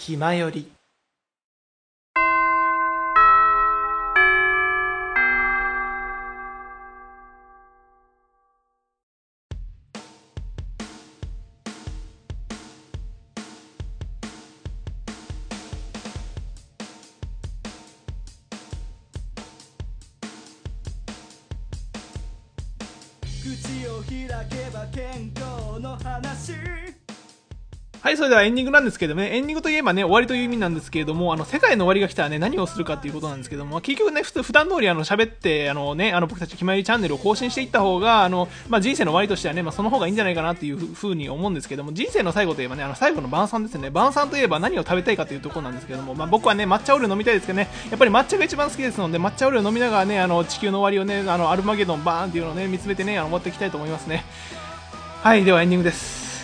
気まより。 口を開けば健康の話。 はい、それではエンディングなんですけどね、エンディングといえばね、終わりという意味なんですけれども、世界の終わりが来たらね、何をするかっていうことなんですけども、結局ね、普段通り喋って、僕たち気まよりチャンネルを更新していった方が、人生の終わりとしてはね、その方がいいんじゃないかなっていうふうに思うんですけども、人生の最後といえばね、最後の晩餐ですね。晩餐といえば何を食べたいかというところなんですけども、僕はね、抹茶オレを飲みたいですけどね、やっぱり抹茶が一番好きですので、抹茶オレを飲みながらね、地球の終わりをね、アルマゲドンバーンっていうのをね、見つめてね、終わっていきたいと思いますね。はい、ではエンディングです。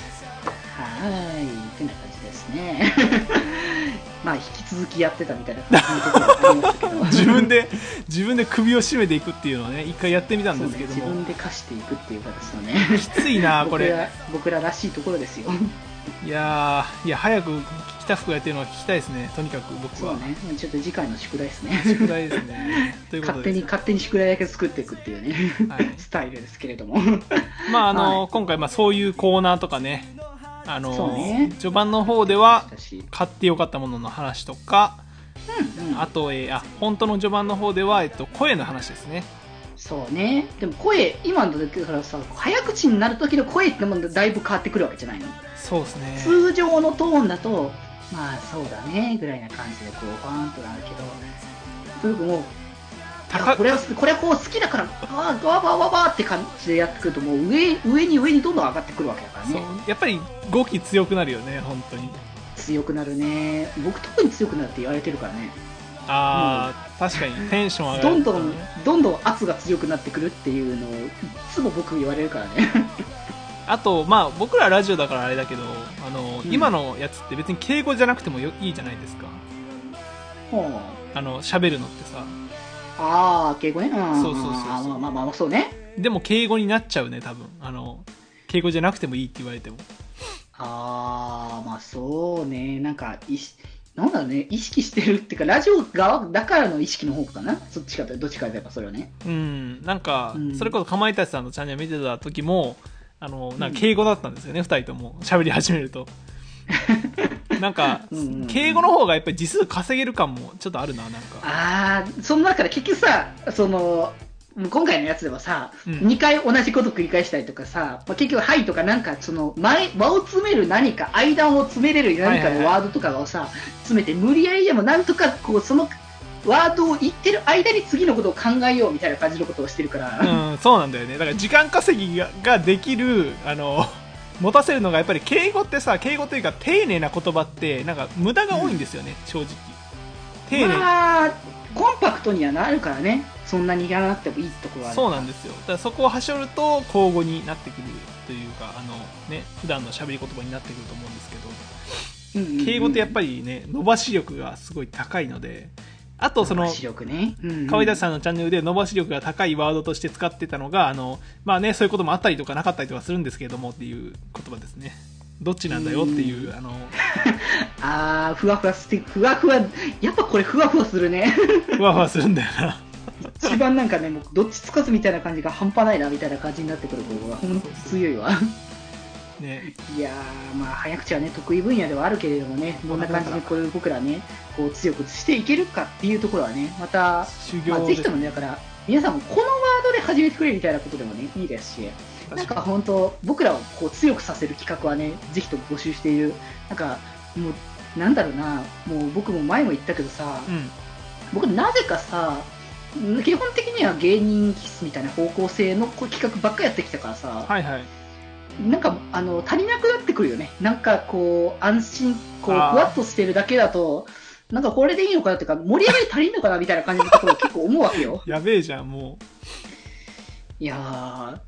はい、ってな感じですね。まあ引き続きやってたみたいな感じのところがありましたけど自分で首を絞めていくっていうのをね、一回やってみたんですけども、 自分で課していくっていう形のね、 きついなこれ。 僕ららしいところですよ。 いや早く着た服やってるのは聞きたいですね。とにかく僕は。 そうね、ちょっと次回の宿題ですね。 宿題ですね。ということで勝手に宿題だけ作っていくっていうね、はい、スタイルですけれども。 はい、今回そういうコーナーとかね。序盤の方では買ってよかったものの話とか、あと、本当の序盤の方では、声の話ですね。 そうね。でも声、今のだからさ、早口になる時の声ってもだいぶ変わってくるわけじゃないの。 そうですね。 通常のトーンだと、まあそうだねぐらいな感じでこうバーンとなるけど、すごくもうこれはこう好きだからバーって感じでやってくると、もう上にどんどん上がってくるわけだからね。 そうやっぱり語気強くなるよね。本当に強くなるね。僕特に強くなるって言われてるからね。 確かにテンション上がる、 どんどん圧が強くなってくるっていうのをいつも僕言われるからね。 あと僕らラジオだからあれだけど、今のやつって別に敬語じゃなくてもいいじゃないですか。喋るのってさ、 敬語ね。 そうまあそうね。 でも敬語になっちゃうね、多分。敬語じゃなくてもいいって言われても。 まあそうね。なんだろうね、意識してるっていうか、ラジオ側だからの意識の方かな。どっちかといえばそれはね。 それこそかまいたちさんのチャンネル見てた時も、敬語だったんですよね、2人とも喋り始めると。敬語の方がやっぱり字数稼げる感もちょっとあるな。 その中で結局さ、今回のやつではさ、2回同じこと繰り返したりとかさ、結局はいとか間を詰める何か、間を詰めれる何かのワードとかをさ、詰めて無理やりでもなんとかこうそのワードを言ってる間に次のことを考えようみたいな感じのことをしてるから。 そうなんだよね。だから時間稼ぎができる、持たせるのがやっぱり敬語ってさ、敬語というか丁寧な言葉って無駄が多いんですよね、正直。 丁寧。コンパクトにはなるからね。そんなにやらなくてもいいところはある。 そうなんですよ。だからそこをはしょると口語になってくるというか、普段の喋り言葉になってくると思うんですけど、敬語ってやっぱりね、伸ばし力がすごい高いので、あと伸ばし力ね。 川井さんのチャンネルで伸ばし力が高いワードとして使ってたのが、そういうこともあったりとかなかったりとかするんですけれどもっていう言葉ですね。どっちなんだよっていう、 ふわふわ、やっぱこれふわふわするね。 ふわふわするんだよな。 一番もうどっちつかずみたいな感じが半端ないなみたいな感じになってくる方が本当強いわ。 ね、 いや早口はね得意分野ではあるけれどもね、どんな感じでこれ僕らねこう強くしていけるかっていうところはね、またぜひともね、だから皆さんもこのワードで始めてくれみたいなことでもねいいですし、本当僕らをこう強くさせる企画はねぜひとも募集している。もうなんだろうな、もう僕も前も言ったけどさ、僕なぜかさ基本的には芸人キスみたいな方向性の企画ばっかやってきたからさ、足りなくなってくるよね。こう安心こうふわっとしてるだけだとこれでいいのかなっていうか、盛り上がり足りんのかなみたいな感じのところを結構思うわけよ。 やべえじゃんもう。 いや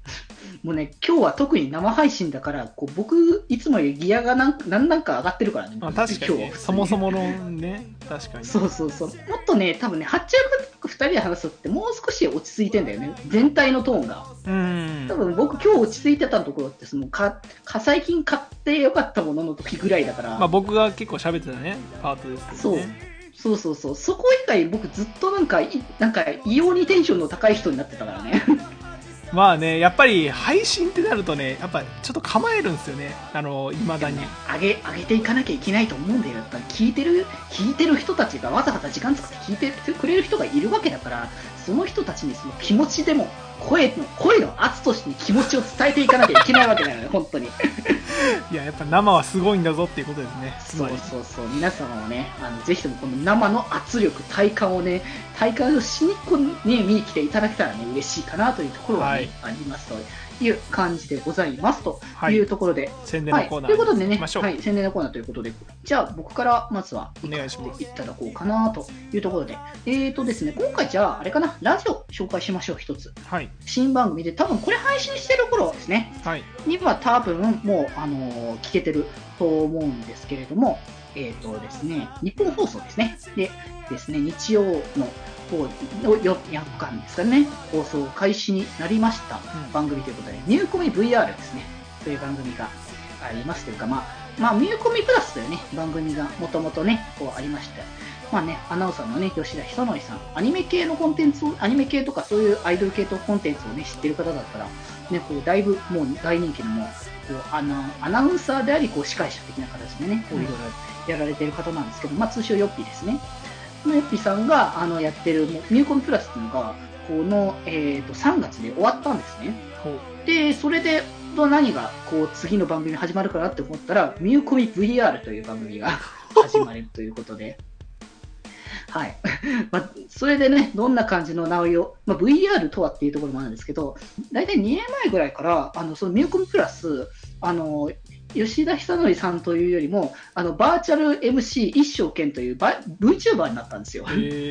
もうね、今日は特に生配信だから、こう僕、いつもよりギアが何段か上がってるからね。 確かに、ね、 今日はそもそものね、確かに。 そうそうそう。もっとね、多分ね、八中が2人で話すってもう少し落ち着いてんだよね。全体のトーンが。多分僕今日落ち着いてたところって、最近買ってよかったものの時ぐらいだから。 まあ僕が結構喋ってたね、パートですけどね。 そう。そこ以外僕ずっとなんか異様にテンションの高い人になってたからね。 まあね、やっぱり配信ってなるとね、やっぱちょっと構えるんですよね、未だに。 上げていかなきゃいけないと思うんだよ。やっぱ聞いてる人たちがわざわざ時間作って聞いてくれる人がいるわけだから、その人たちにその気持ちでも、声の圧として気持ちを伝えていかなきゃいけないわけだよね、本当に。 いや、やっぱ生はすごいんだぞっていうことですね。 そう。皆様もね、ぜひともこの生の圧力、体感をしに見に来ていただけたらね、嬉しいかなというところが、ねありますという感じでございますというところで、 宣伝のコーナー、 ということでね、宣伝のコーナーということで、じゃあ僕からまずはお願いします。 いただこうかなというところで、ですね、今回じゃああれかな、ラジオ紹介しましょう、一つ。新番組で、多分これ配信してる頃ですね、には多分もう聞けてると思うんですけれども、ですね、日本放送ですね。でですね、日曜の夜間ですかね、放送開始になりました番組ということで、ミューコミ VR ですね、という番組がありますというか、まあ、ミューコミプラスというね、番組がもともとね、ありまして、まあね、アナウンサーのね、吉田久典さん、アニメ系のコンテンツを、アニメ系とかそういうアイドル系とコンテンツをね、知ってる方だったら、ね、だいぶもう大人気のもう、アナウンサーであり、司会者的な形でね、いろいろやられている方なんですけど、通称ヨッピーですね。このヨッピーさんがやってるミューコミプラスっていうのが、3月で終わったんですね。で、それで、何が次の番組始まるかなって思ったら、ミューコミ VR という番組が始まるということで、はい。それでね、どんな感じの内容、VR とはっていうところもあるんですけど、大体2年前ぐらいから、そのミューコミプラス、吉田久典さんというよりも、バーチャル MC 一生懸という VTuber になったんですよ。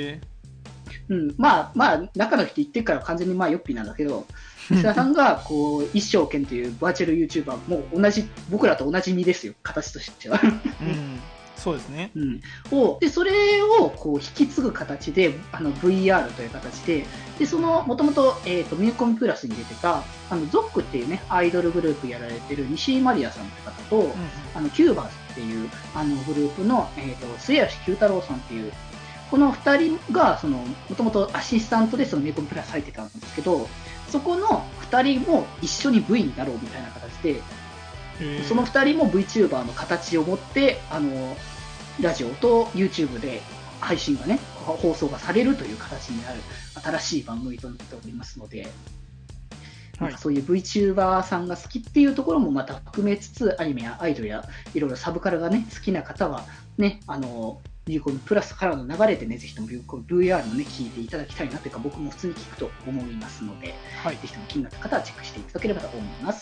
中の人言ってるから完全にヨッピーなんだけど、吉田さんが一生懸というバーチャル YouTuber、もう僕らと同じ身ですよ、形としては。 そうですね。 で、それを引き継ぐ形で、VR という形で、もともと、ミューコミプラスに出てた、ゾックっていうね、アイドルグループやられてる西井まりやさんって方と、キューバーズっていう、グループの、末吉九太郎さんっていう、この2人が、もともとアシスタントでミューコミプラス入ってたんですけど、そこの2人も一緒に V になろうみたいな形で、その2人も VTuber の形を持って、ラジオと YouTube で配信がね、放送がされるという形になる新しい番組となっておりますので、そういう VTuber さんが好きっていうところもまた含めつつ、アニメやアイドルやいろいろサブカルがね、好きな方はね、ミューコミプラスからの流れでね、ぜひとも VR のね、聞いていただきたいなというか、僕も普通に聞くと思いますので、ぜひとも気になった方はチェックしていただければと思います。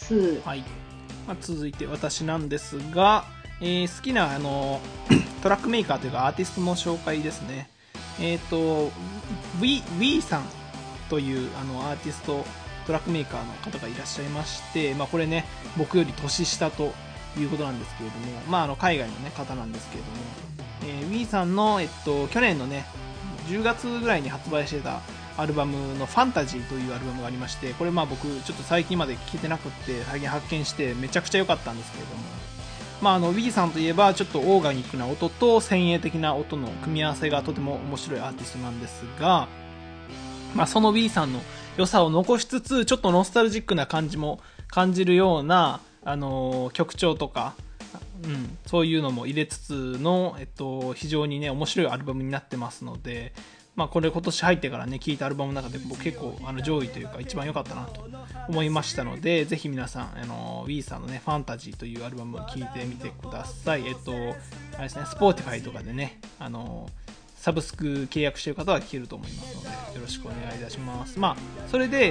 続いて私なんですが、好きなトラックメーカーというかアーティストの紹介ですね。Wii さんというアーティストトラックメーカーの方がいらっしゃいまして、これね、僕より年下ということなんですけれども、海外の、ね、方なんですけれども、Wii さんの、去年のね、10月ぐらいに発売してたアルバムのファンタジーというアルバムがありまして、これ僕ちょっと最近まで聴けてなくって最近発見してめちゃくちゃ良かったんですけれども、Wii さんといえばちょっとオーガニックな音と先鋭的な音の組み合わせがとても面白いアーティストなんですが、その Wii さんの良さを残しつつちょっとノスタルジックな感じも感じるような、曲調とか、そういうのも入れつつの、非常にね面白いアルバムになってますので、これ今年入ってからね聴いたアルバムの中で僕結構上位というか一番良かったなと思いましたので、ぜひ皆さんWii さんのねファンタジーというアルバムを聴いてみてください。あれですね、Spotify とかでねサブスク契約している方は聴けると思いますのでよろしくお願いいたします。それで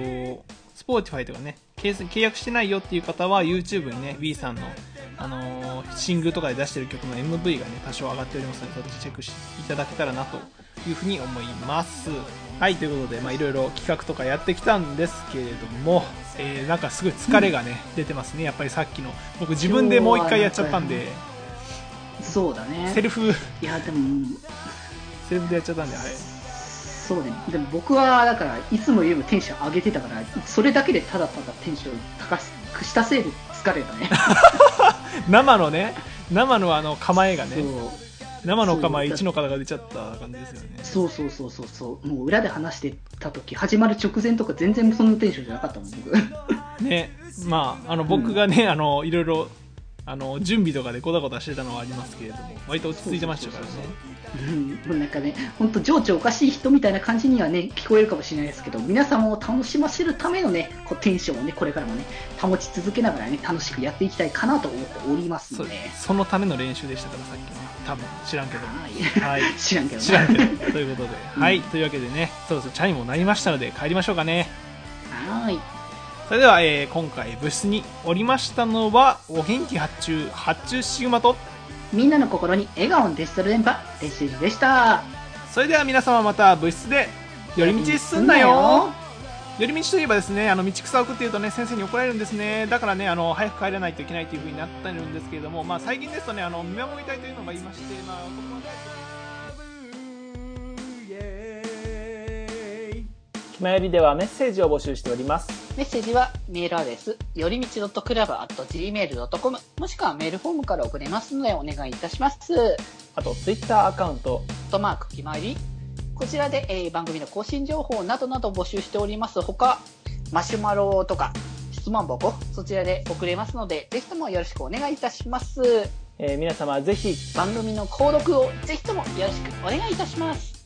Spotify とかね契約してないよっていう方は YouTube にね Wii さんのシングルとかで出してる曲の MV がね多少上がっておりますので、そっちチェックしていただけたらなというふうに思います。はい、ということで、いろいろ企画とかやってきたんですけれども、なんかすごい疲れがね、出てますね。やっぱりさっきの僕自分でもう一回やっちゃったんで、 そうだね。 セルフいやでもでやっちゃったんで、はい。 そうね。でも僕はだからいつもよりもテンション上げてたから、それだけでただただテンション高したせいで疲れたね。 生の構えがね、 そう生の構え1の方が出ちゃった感じですよね。 そうもう裏で話してた時始まる直前とか全然そのテンションじゃなかったもん僕。 ね、僕がね、いろいろ準備とかでコタコタしてたのはありますけれども、割と落ち着いてましたからね。 もうなんかね、本当情緒おかしい人みたいな感じにはね聞こえるかもしれないですけど、皆様を楽しませるためのねこうテンションをねこれからもね保ち続けながらね楽しくやっていきたいかなと思っておりますので、 そのための練習でしたからさっきの多分知らんけど、はい、 知らんけどということで、はい、というわけでね、そろそろチャイムも鳴りましたので帰りましょうかね。 はい。 それでは、今回部室におりましたのはお元気発注シグマとみんなの心に笑顔のデジタル電波デシジでした。 それでは皆様また部室で寄り道すんなよ。寄り道といえばですね、道草を食っていうとね先生に怒られるんですね。だからね早く帰らないといけないという風になってるんですけれども、最近ですとね見守り隊というのがいまして、子供がきまよりではメッセージを募集しております。 メッセージはメールアドレスよりみち .club@gmail.com もしくはメールフォームから送れますのでお願いいたします。 あとツイッターアカウントきまよりこちらで、番組の更新情報などなど募集しておりますほか、マシュマロとか質問箱そちらで送れますのでぜひともよろしくお願いいたします。 皆様ぜひ番組の購読をぜひともよろしくお願いいたします。